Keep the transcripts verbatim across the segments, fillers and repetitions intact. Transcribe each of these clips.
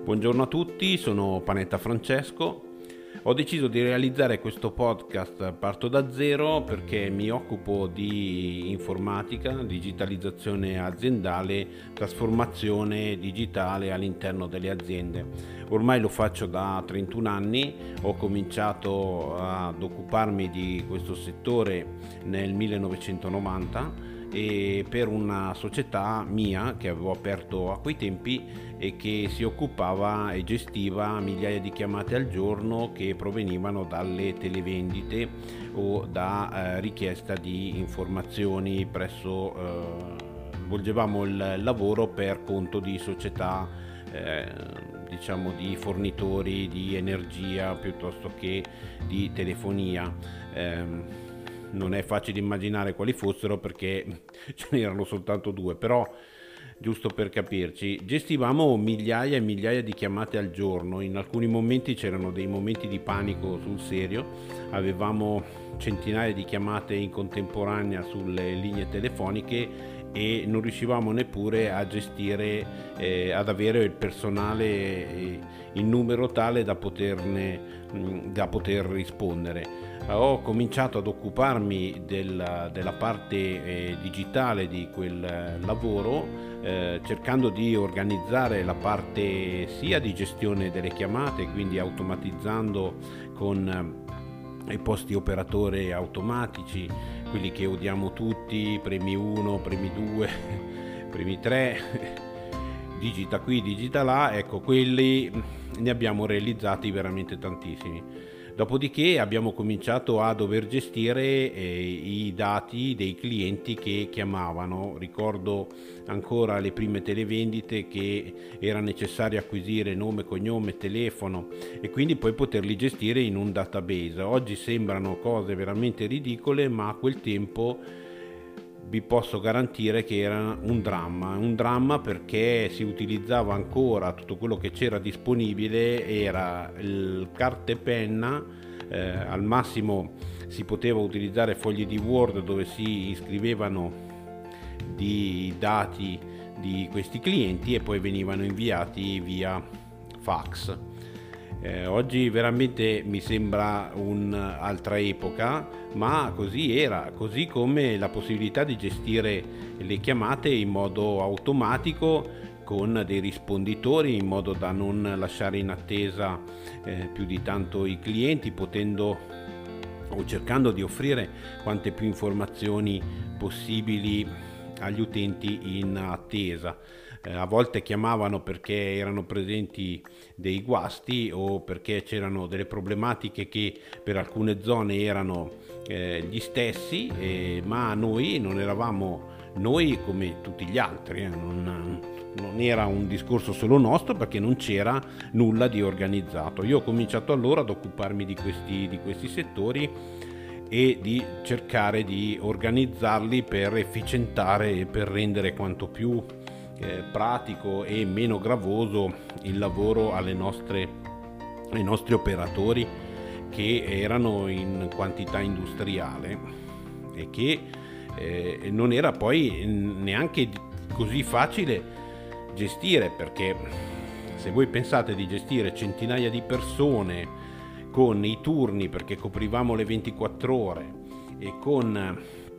Buongiorno a tutti, sono Panetta Francesco. Ho deciso di realizzare questo podcast Parto da zero perché mi occupo di informatica, digitalizzazione aziendale, trasformazione digitale all'interno delle aziende. Ormai lo faccio da trentuno anni, ho cominciato ad occuparmi di questo settore nel millenovecentonovanta e per una società mia che avevo aperto a quei tempi e che si occupava e gestiva migliaia di chiamate al giorno che provenivano dalle televendite o da eh, richiesta di informazioni presso eh, svolgevamo il lavoro per conto di società eh, diciamo di fornitori di energia piuttosto che di telefonia. Eh, non è facile immaginare quali fossero perché ce n'erano soltanto due, però giusto per capirci, gestivamo migliaia e migliaia di chiamate al giorno. In alcuni momenti c'erano dei momenti di panico sul serio, avevamo centinaia di chiamate in contemporanea sulle linee telefoniche e non riuscivamo neppure a gestire, eh, ad avere il personale eh, in numero tale da poterne, mh, da poter rispondere. Ho cominciato ad occuparmi della, della parte eh, digitale di quel eh, lavoro, eh, cercando di organizzare la parte sia di gestione delle chiamate, quindi automatizzando con eh, i posti operatore automatici, quelli che odiamo tutti, premi uno, premi due, premi tre, digita qui, digita là, ecco, quelli ne abbiamo realizzati veramente tantissimi. Dopodiché abbiamo cominciato a dover gestire eh, i dati dei clienti che chiamavano. Ricordo ancora le prime televendite che era necessario acquisire nome, cognome, telefono e quindi poi poterli gestire in un database. Oggi sembrano cose veramente ridicole, ma a quel tempo vi posso garantire che era un dramma, un dramma perché si utilizzava ancora tutto quello che c'era disponibile, era il carta e penna, eh, al massimo si poteva utilizzare fogli di Word dove si iscrivevano i dati di questi clienti e poi venivano inviati via fax. Eh, oggi veramente mi sembra un'altra epoca, ma così era, così come la possibilità di gestire le chiamate in modo automatico con dei risponditori in modo da non lasciare in attesa eh, più di tanto i clienti, potendo o cercando di offrire quante più informazioni possibili agli utenti in attesa. Eh, a volte chiamavano perché erano presenti dei guasti o perché c'erano delle problematiche che per alcune zone erano eh, gli stessi, eh, ma noi non eravamo noi come tutti gli altri, eh, non, non era un discorso solo nostro perché non c'era nulla di organizzato. Io ho cominciato allora ad occuparmi di questi, di questi settori e di cercare di organizzarli per efficientare e per rendere quanto più eh, pratico e meno gravoso il lavoro alle nostre, ai nostri operatori che erano in quantità industriale e che eh, non era poi neanche così facile gestire, perché se voi pensate di gestire centinaia di persone con i turni, perché coprivamo le ventiquattro ore e con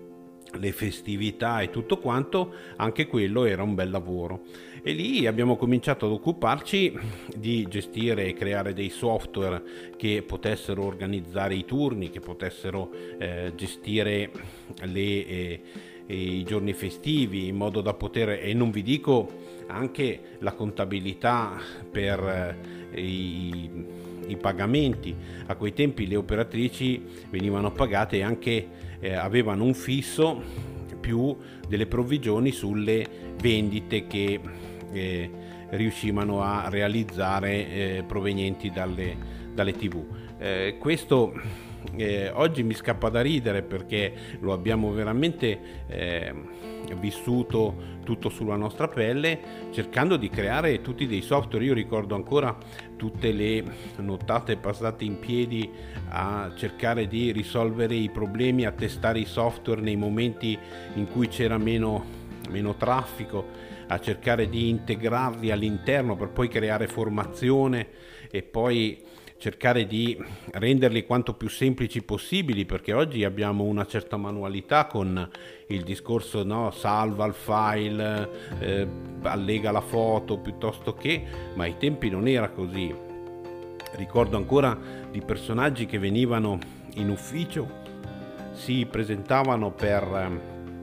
le festività e tutto quanto, anche quello era un bel lavoro. E lì abbiamo cominciato ad occuparci di gestire e creare dei software che potessero organizzare i turni, che potessero eh, gestire le, eh, i giorni festivi in modo da poter, e non vi dico anche la contabilità per eh, i i pagamenti. A quei tempi le operatrici venivano pagate e anche eh, avevano un fisso più delle provvigioni sulle vendite che eh, riuscivano a realizzare eh, provenienti dalle, dalle tv. Eh, questo eh, oggi mi scappa da ridere perché lo abbiamo veramente eh, vissuto tutto sulla nostra pelle, cercando di creare tutti dei software. Io ricordo ancora tutte le nottate passate in piedi a cercare di risolvere i problemi, a testare i software nei momenti in cui c'era meno meno traffico, a cercare di integrarli all'interno per poi creare formazione e poi cercare di renderli quanto più semplici possibili, perché oggi abbiamo una certa manualità con il discorso, no, salva il file, eh, allega la foto piuttosto che, ma ai tempi non era così. Ricordo ancora di personaggi che venivano in ufficio, si presentavano per,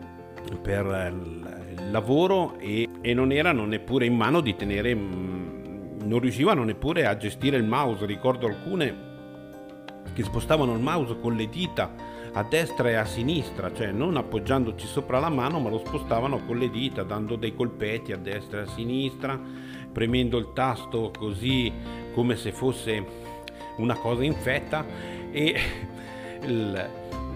per il lavoro e, e non erano neppure in mano di tenere, non riuscivano neppure a gestire il mouse. Ricordo alcune che spostavano il mouse con le dita a destra e a sinistra, cioè non appoggiandoci sopra la mano, ma lo spostavano con le dita, dando dei colpetti a destra e a sinistra, premendo il tasto così come se fosse una cosa infetta. E, il,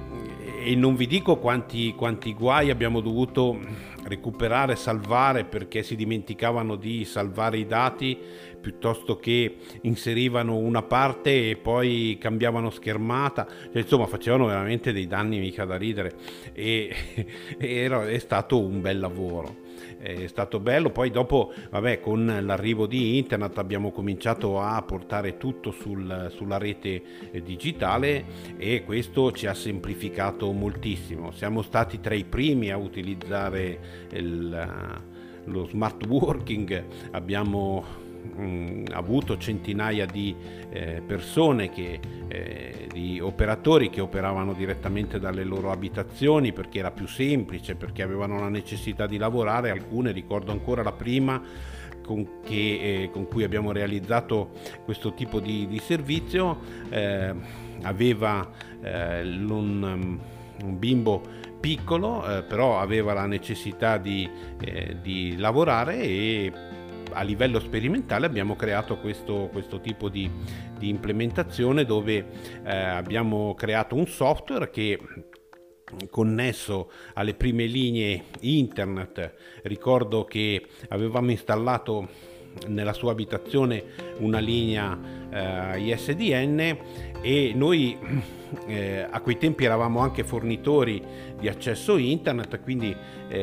e non vi dico quanti, quanti guai abbiamo dovuto recuperare, salvare, perché si dimenticavano di salvare i dati, piuttosto che inserivano una parte e poi cambiavano schermata, cioè, insomma facevano veramente dei danni mica da ridere, e, e era, è stato un bel lavoro. È stato bello. Poi dopo, vabbè, con l'arrivo di internet abbiamo cominciato a portare tutto sul, sulla rete digitale, e questo ci ha semplificato moltissimo. Siamo stati tra i primi a utilizzare il, lo smart working, abbiamo mh, avuto centinaia di eh, persone che, eh, di operatori che operavano direttamente dalle loro abitazioni, perché era più semplice, perché avevano la necessità di lavorare. Alcune, ricordo ancora la prima con, che, eh, con cui abbiamo realizzato questo tipo di, di servizio, eh, aveva eh, un, un bimbo piccolo, eh, però aveva la necessità di, eh, di lavorare, e a livello sperimentale abbiamo creato questo, questo tipo di, di implementazione, dove eh, abbiamo creato un software che, connesso alle prime linee internet, ricordo che avevamo installato nella sua abitazione una linea eh, I S D N, e noi eh, a quei tempi eravamo anche fornitori di accesso internet, quindi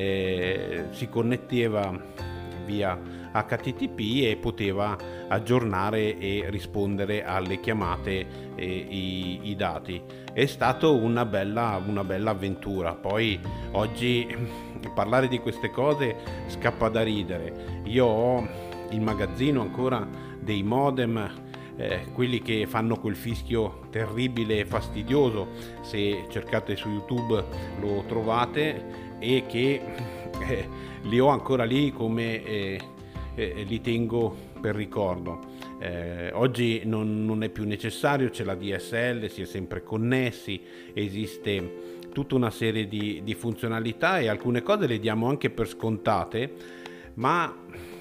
eh, si connetteva via H T T P e poteva aggiornare e rispondere alle chiamate e i, i dati. È stato una bella, una bella avventura. Poi oggi parlare di queste cose scappa da ridere. Io ho in magazzino ancora dei modem, eh, quelli che fanno quel fischio terribile e fastidioso, se cercate su YouTube lo trovate, e che eh, li ho ancora lì come eh, eh, li tengo per ricordo. Eh, oggi non, non è più necessario, c'è la D S L, si è sempre connessi, esiste tutta una serie di, di funzionalità, e alcune cose le diamo anche per scontate, ma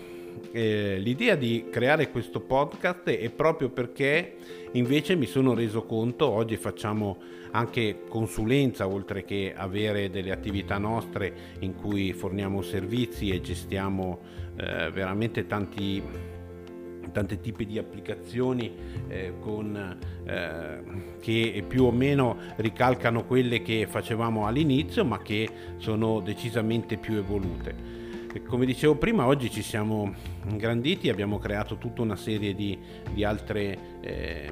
eh, l'idea di creare questo podcast è proprio perché invece mi sono reso conto, oggi facciamo anche consulenza, oltre che avere delle attività nostre in cui forniamo servizi e gestiamo eh, veramente tanti tanti tipi di applicazioni eh, con, eh, che più o meno ricalcano quelle che facevamo all'inizio, ma che sono decisamente più evolute. E come dicevo prima, oggi ci siamo ingranditi, abbiamo creato tutta una serie di, di altre eh,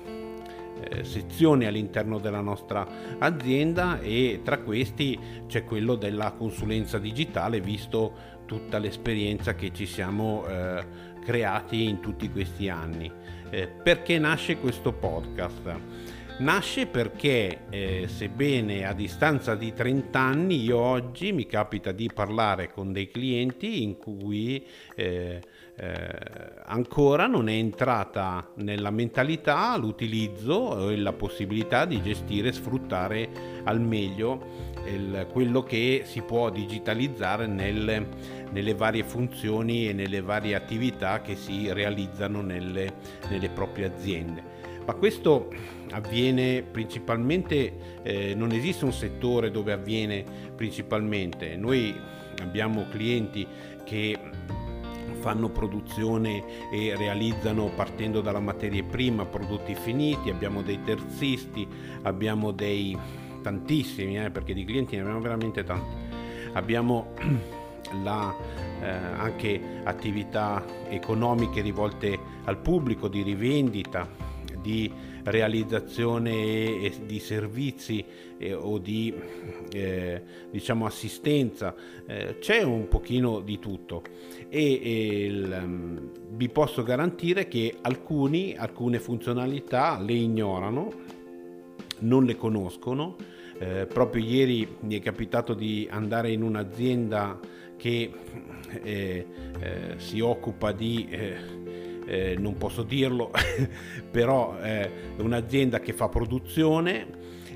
eh, sezioni all'interno della nostra azienda, e tra questi c'è quello della consulenza digitale, visto tutta l'esperienza che ci siamo eh, creati in tutti questi anni. Eh, perché nasce questo podcast? Nasce perché eh, sebbene a distanza di trenta anni, io oggi mi capita di parlare con dei clienti in cui eh, eh, ancora non è entrata nella mentalità l'utilizzo e la possibilità di gestire e sfruttare al meglio il, quello che si può digitalizzare nel, nelle varie funzioni e nelle varie attività che si realizzano nelle, nelle proprie aziende. Ma questo avviene principalmente, eh, non esiste un settore dove avviene principalmente. Noi abbiamo clienti che fanno produzione e realizzano, partendo dalla materia prima, prodotti finiti, abbiamo dei terzisti, abbiamo dei tantissimi, eh, perché di clienti ne abbiamo veramente tanti. Abbiamo la, eh, anche attività economiche rivolte al pubblico, di rivendita, di realizzazione di servizi eh, o di eh, diciamo assistenza, eh, c'è un pochino di tutto e, e il, um, vi posso garantire che alcuni alcune funzionalità le ignorano, non le conoscono. Eh, proprio ieri mi è capitato di andare in un'azienda che eh, eh, si occupa di eh, Eh, non posso dirlo però è eh, un'azienda che fa produzione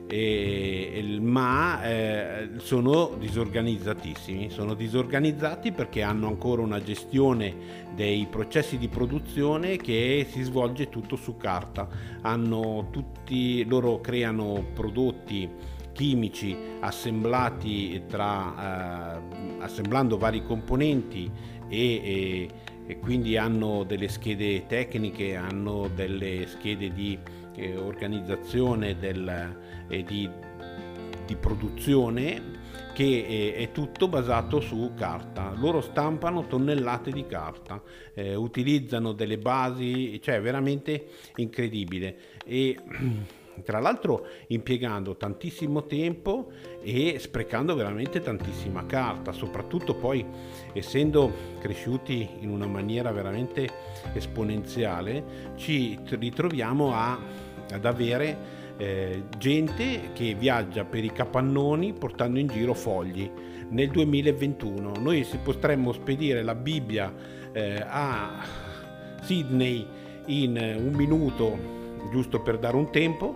eh, ma eh, sono disorganizzatissimi sono disorganizzati perché hanno ancora una gestione dei processi di produzione che si svolge tutto su carta. Hanno tutti loro creano prodotti chimici assemblati tra eh, assemblando vari componenti e, e e quindi hanno delle schede tecniche, hanno delle schede di eh, organizzazione del, eh, di, di produzione che eh, è tutto basato su carta. Loro stampano tonnellate di carta, eh, utilizzano delle basi, cioè veramente incredibile. E tra l'altro impiegando tantissimo tempo e sprecando veramente tantissima carta, soprattutto poi essendo cresciuti in una maniera veramente esponenziale ci ritroviamo a, ad avere eh, gente che viaggia per i capannoni portando in giro fogli. Nel duemilaventuno noi si potremmo spedire la Bibbia eh, a Sydney in un minuto, giusto per dare un tempo,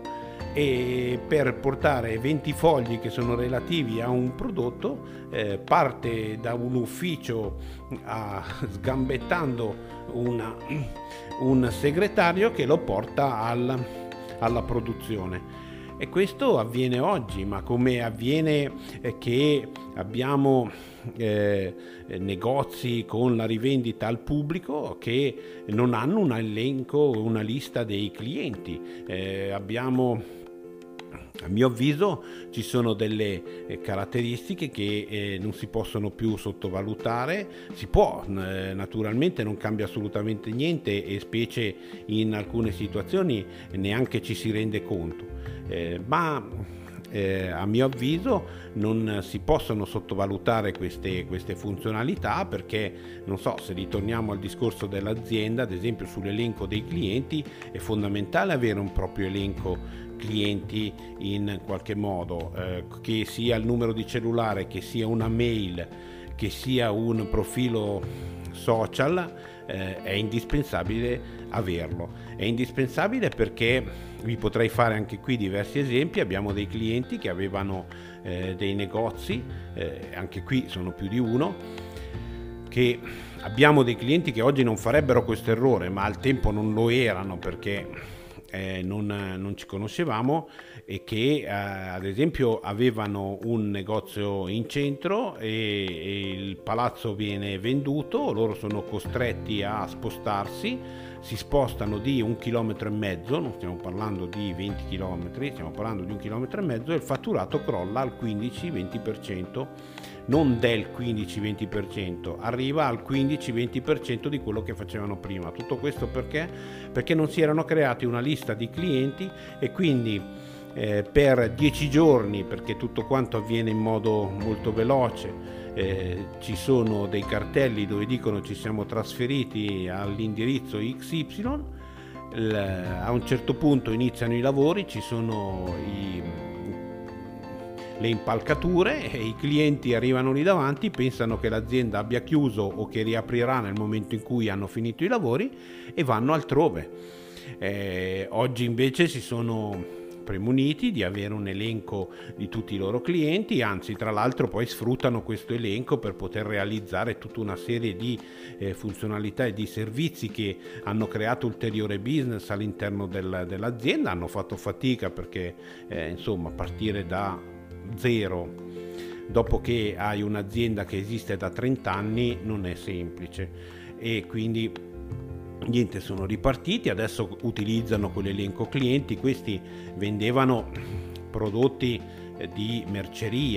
e per portare venti fogli che sono relativi a un prodotto eh, parte da un ufficio a, sgambettando una, un segretario che lo porta al, alla produzione. E questo avviene oggi, ma come avviene eh, che abbiamo eh, negozi con la rivendita al pubblico che non hanno un elenco, una lista dei clienti. Eh, abbiamo, a mio avviso, ci sono delle eh, caratteristiche che eh, non si possono più sottovalutare. Si può, eh, naturalmente non cambia assolutamente niente e specie in alcune situazioni neanche ci si rende conto. Eh, ma eh, a mio avviso non si possono sottovalutare queste, queste funzionalità, perché non so, se ritorniamo al discorso dell'azienda, ad esempio sull'elenco dei clienti, è fondamentale avere un proprio elenco clienti in qualche modo, eh, che sia il numero di cellulare, che sia una mail, che sia un profilo social, eh, è indispensabile averlo. È indispensabile perché vi potrei fare anche qui diversi esempi. Abbiamo dei clienti che avevano eh, dei negozi, eh, anche qui sono più di uno, che abbiamo dei clienti che oggi non farebbero questo errore, ma al tempo non lo erano perché Eh, non, non ci conoscevamo, e che eh, ad esempio avevano un negozio in centro e, e il palazzo viene venduto, loro sono costretti a spostarsi, si spostano di un chilometro e mezzo, non stiamo parlando di venti chilometri, stiamo parlando di un chilometro e mezzo, e il fatturato crolla al quindici venti per cento, non del quindici venti per cento, arriva al quindici venti per cento di quello che facevano prima. Tutto questo perché? Perché non si erano creati una lista di clienti, e quindi eh, per dieci giorni, perché tutto quanto avviene in modo molto veloce, eh, ci sono dei cartelli dove dicono ci siamo trasferiti all'indirizzo X Y, L- a un certo punto iniziano i lavori, ci sono i le impalcature e i clienti arrivano lì davanti, pensano che l'azienda abbia chiuso o che riaprirà nel momento in cui hanno finito i lavori e vanno altrove. Eh, oggi invece si sono premuniti di avere un elenco di tutti i loro clienti, anzi tra l'altro poi sfruttano questo elenco per poter realizzare tutta una serie di eh, funzionalità e di servizi che hanno creato ulteriore business all'interno del, dell'azienda. Hanno fatto fatica perché eh, insomma partire da zero dopo che hai un'azienda che esiste da trenta anni non è semplice, e quindi niente, sono ripartiti, adesso utilizzano quell'elenco clienti. Questi vendevano prodotti di merceria,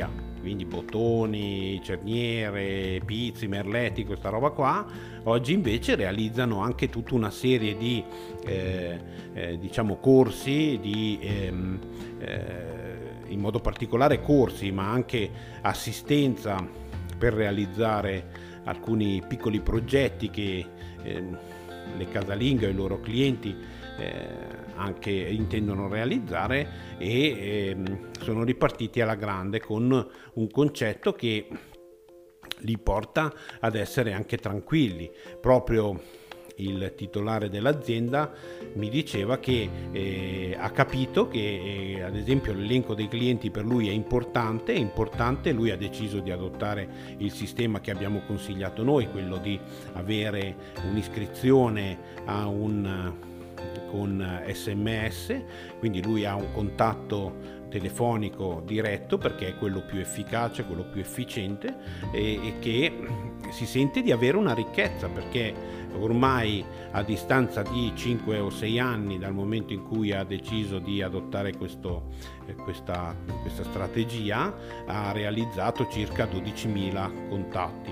quindi bottoni, cerniere, pizzi, merletti, questa roba qua. Oggi invece realizzano anche tutta una serie di eh, eh, diciamo corsi, di, ehm, eh, in modo particolare corsi, ma anche assistenza per realizzare alcuni piccoli progetti che ehm, le casalinghe o i loro clienti eh, anche intendono realizzare, e ehm, sono ripartiti alla grande con un concetto che li porta ad essere anche tranquilli. Proprio il titolare dell'azienda mi diceva che eh, ha capito che eh, ad esempio l'elenco dei clienti per lui è importante, è importante, lui ha deciso di adottare il sistema che abbiamo consigliato noi, quello di avere un'iscrizione a un con sms, quindi lui ha un contatto telefonico diretto perché è quello più efficace, quello più efficiente, e, e che si sente di avere una ricchezza, perché ormai a distanza di cinque o sei anni dal momento in cui ha deciso di adottare questo, eh, questa, questa strategia, ha realizzato circa dodicimila contatti,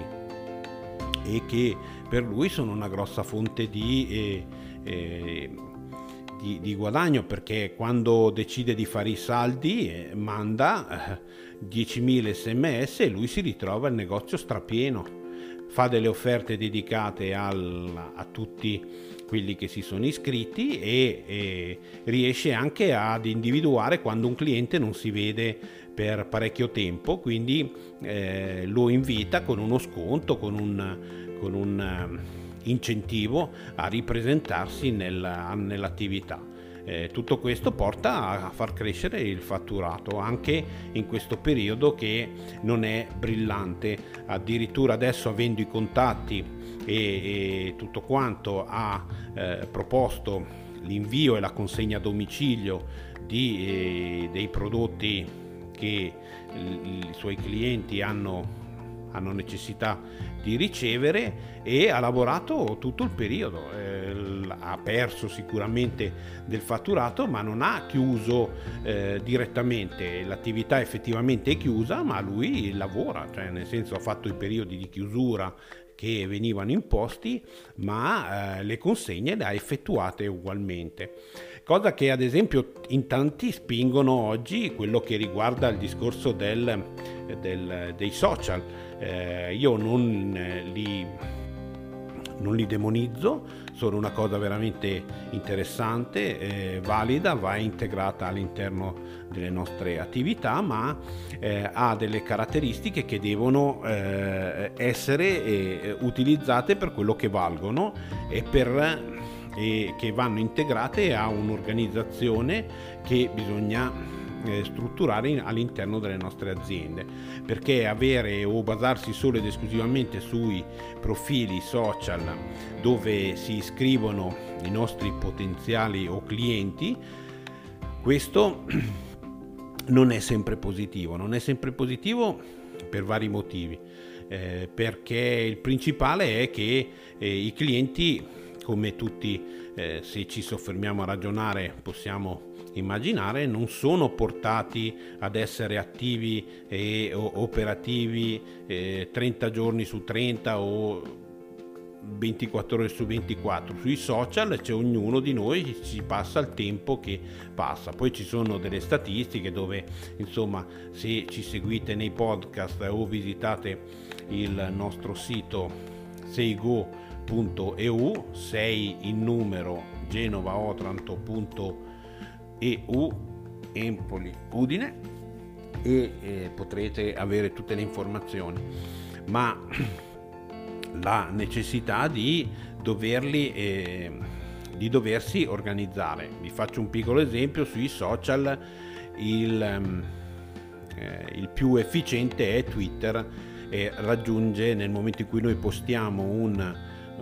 e che per lui sono una grossa fonte di eh, eh, Di, di guadagno, perché quando decide di fare i saldi eh, manda eh, diecimila sms e lui si ritrova il negozio strapieno, fa delle offerte dedicate al, a tutti quelli che si sono iscritti, e, e riesce anche ad individuare quando un cliente non si vede per parecchio tempo, quindi eh, lo invita con uno sconto, con un, con un incentivo a ripresentarsi nella, nell'attività. Eh, tutto questo porta a far crescere il fatturato anche in questo periodo che non è brillante. Addirittura adesso, avendo i contatti e, e tutto quanto, ha eh, proposto l'invio e la consegna a domicilio di, eh, dei prodotti che i, i suoi clienti hanno hanno necessità di ricevere, e ha lavorato tutto il periodo, eh, ha perso sicuramente del fatturato, ma non ha chiuso eh, direttamente, l'attività effettivamente è chiusa, ma lui lavora, cioè nel senso ha fatto i periodi di chiusura che venivano imposti, ma eh, le consegne le ha effettuate ugualmente. Cosa che ad esempio in tanti spingono oggi quello che riguarda il discorso del, del, dei social. Eh, io non eh, li, non li demonizzo, sono una cosa veramente interessante, eh, valida, va integrata all'interno delle nostre attività, ma eh, ha delle caratteristiche che devono eh, essere eh, utilizzate per quello che valgono, e per e che vanno integrate a un'organizzazione che bisogna eh, strutturare in, all'interno delle nostre aziende, perché avere o basarsi solo ed esclusivamente sui profili social dove si iscrivono i nostri potenziali o clienti, questo non è sempre positivo, non è sempre positivo per vari motivi, eh, perché il principale è che eh, i clienti, come tutti, eh, se ci soffermiamo a ragionare, possiamo immaginare, non sono portati ad essere attivi e o, operativi eh, trenta giorni su trenta o ventiquattro ore su ventiquattro. Sui social c'è ognuno di noi, ci passa il tempo che passa. Poi ci sono delle statistiche dove, insomma, se ci seguite nei podcast o visitate il nostro sito seigo punto e u, sei in numero, Genova Otranto punto e u, Empoli Udine, e eh, potrete avere tutte le informazioni, ma la necessità di doverli eh, di doversi organizzare. Vi faccio un piccolo esempio: sui social il, eh, il più efficiente è Twitter, e raggiunge, nel momento in cui noi postiamo un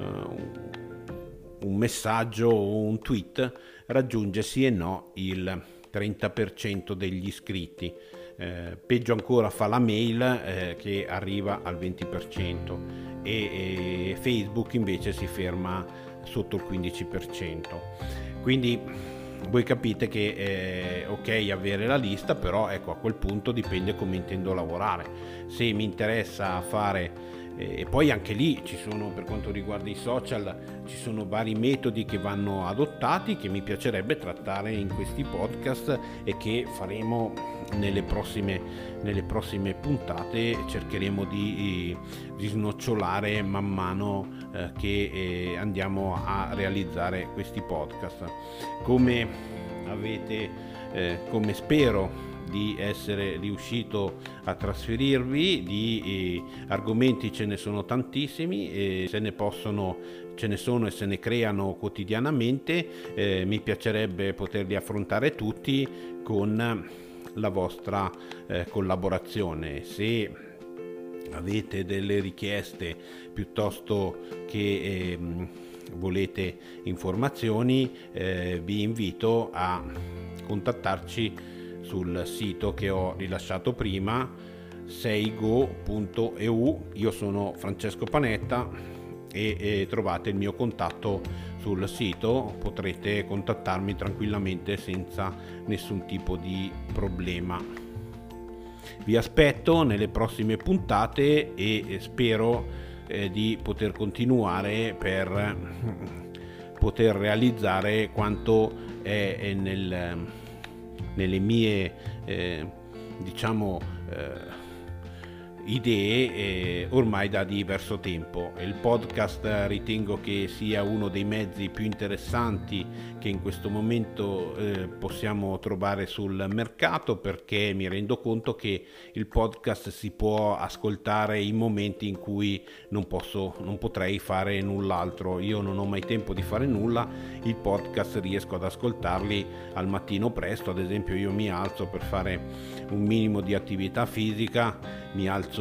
Uh, un messaggio o un tweet, raggiunge sì e no il trenta per cento degli iscritti, eh, peggio ancora fa la mail eh, che arriva al venti per cento, e, e Facebook invece si ferma sotto il quindici per cento. Quindi voi capite che è ok avere la lista, però ecco, a quel punto dipende come intendo lavorare. Se mi interessa fare, e poi anche lì ci sono, per quanto riguarda i social, ci sono vari metodi che vanno adottati, che mi piacerebbe trattare in questi podcast e che faremo nelle prossime, nelle prossime puntate. Cercheremo di, di snocciolare man mano eh, che eh, andiamo a realizzare questi podcast. Come avete, eh, come spero di essere riuscito a trasferirvi, di eh, argomenti ce ne sono tantissimi, e se ne possono, ce ne sono e se ne creano quotidianamente. Eh, mi piacerebbe poterli affrontare tutti con la vostra eh, collaborazione. Se avete delle richieste piuttosto che eh, volete informazioni, eh, vi invito a contattarci sul sito che ho rilasciato prima, seigo punto e u. Io sono Francesco Panetta e, e trovate il mio contatto sul sito. Potrete contattarmi tranquillamente senza nessun tipo di problema. Vi aspetto nelle prossime puntate e spero eh, di poter continuare per poter realizzare quanto è nel nelle mie eh, diciamo eh, idee eh, ormai da diverso tempo. Il podcast ritengo che sia uno dei mezzi più interessanti che in questo momento eh, possiamo trovare sul mercato, perché mi rendo conto che il podcast si può ascoltare in momenti in cui non posso, non potrei fare null'altro. Io non ho mai tempo di fare nulla, il podcast riesco ad ascoltarli al mattino presto. Ad esempio, io mi alzo per fare un minimo di attività fisica, mi alzo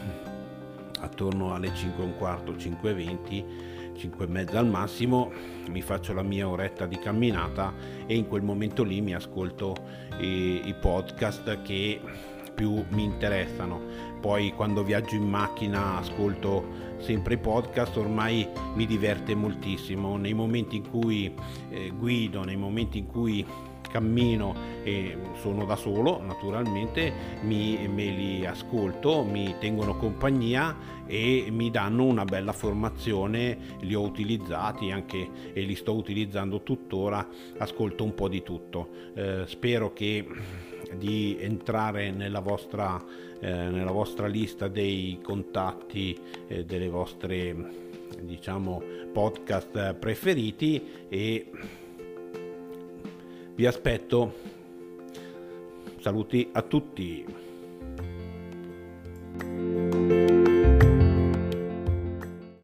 attorno alle cinque e un quarto, cinque e venti, cinque e mezza al massimo, mi faccio la mia oretta di camminata e in quel momento lì mi ascolto i, i podcast che più mi interessano. Poi quando viaggio in macchina ascolto sempre i podcast, ormai mi diverte moltissimo. Nei momenti in cui eh, guido, nei momenti in cui cammino e sono da solo, naturalmente mi, me li ascolto, mi tengono compagnia e mi danno una bella formazione. Li ho utilizzati anche e li sto utilizzando tuttora, ascolto un po' di tutto. Eh, spero che di entrare nella vostra, eh, nella vostra lista dei contatti, eh, delle vostre, diciamo, podcast preferiti, e vi aspetto. Saluti a tutti.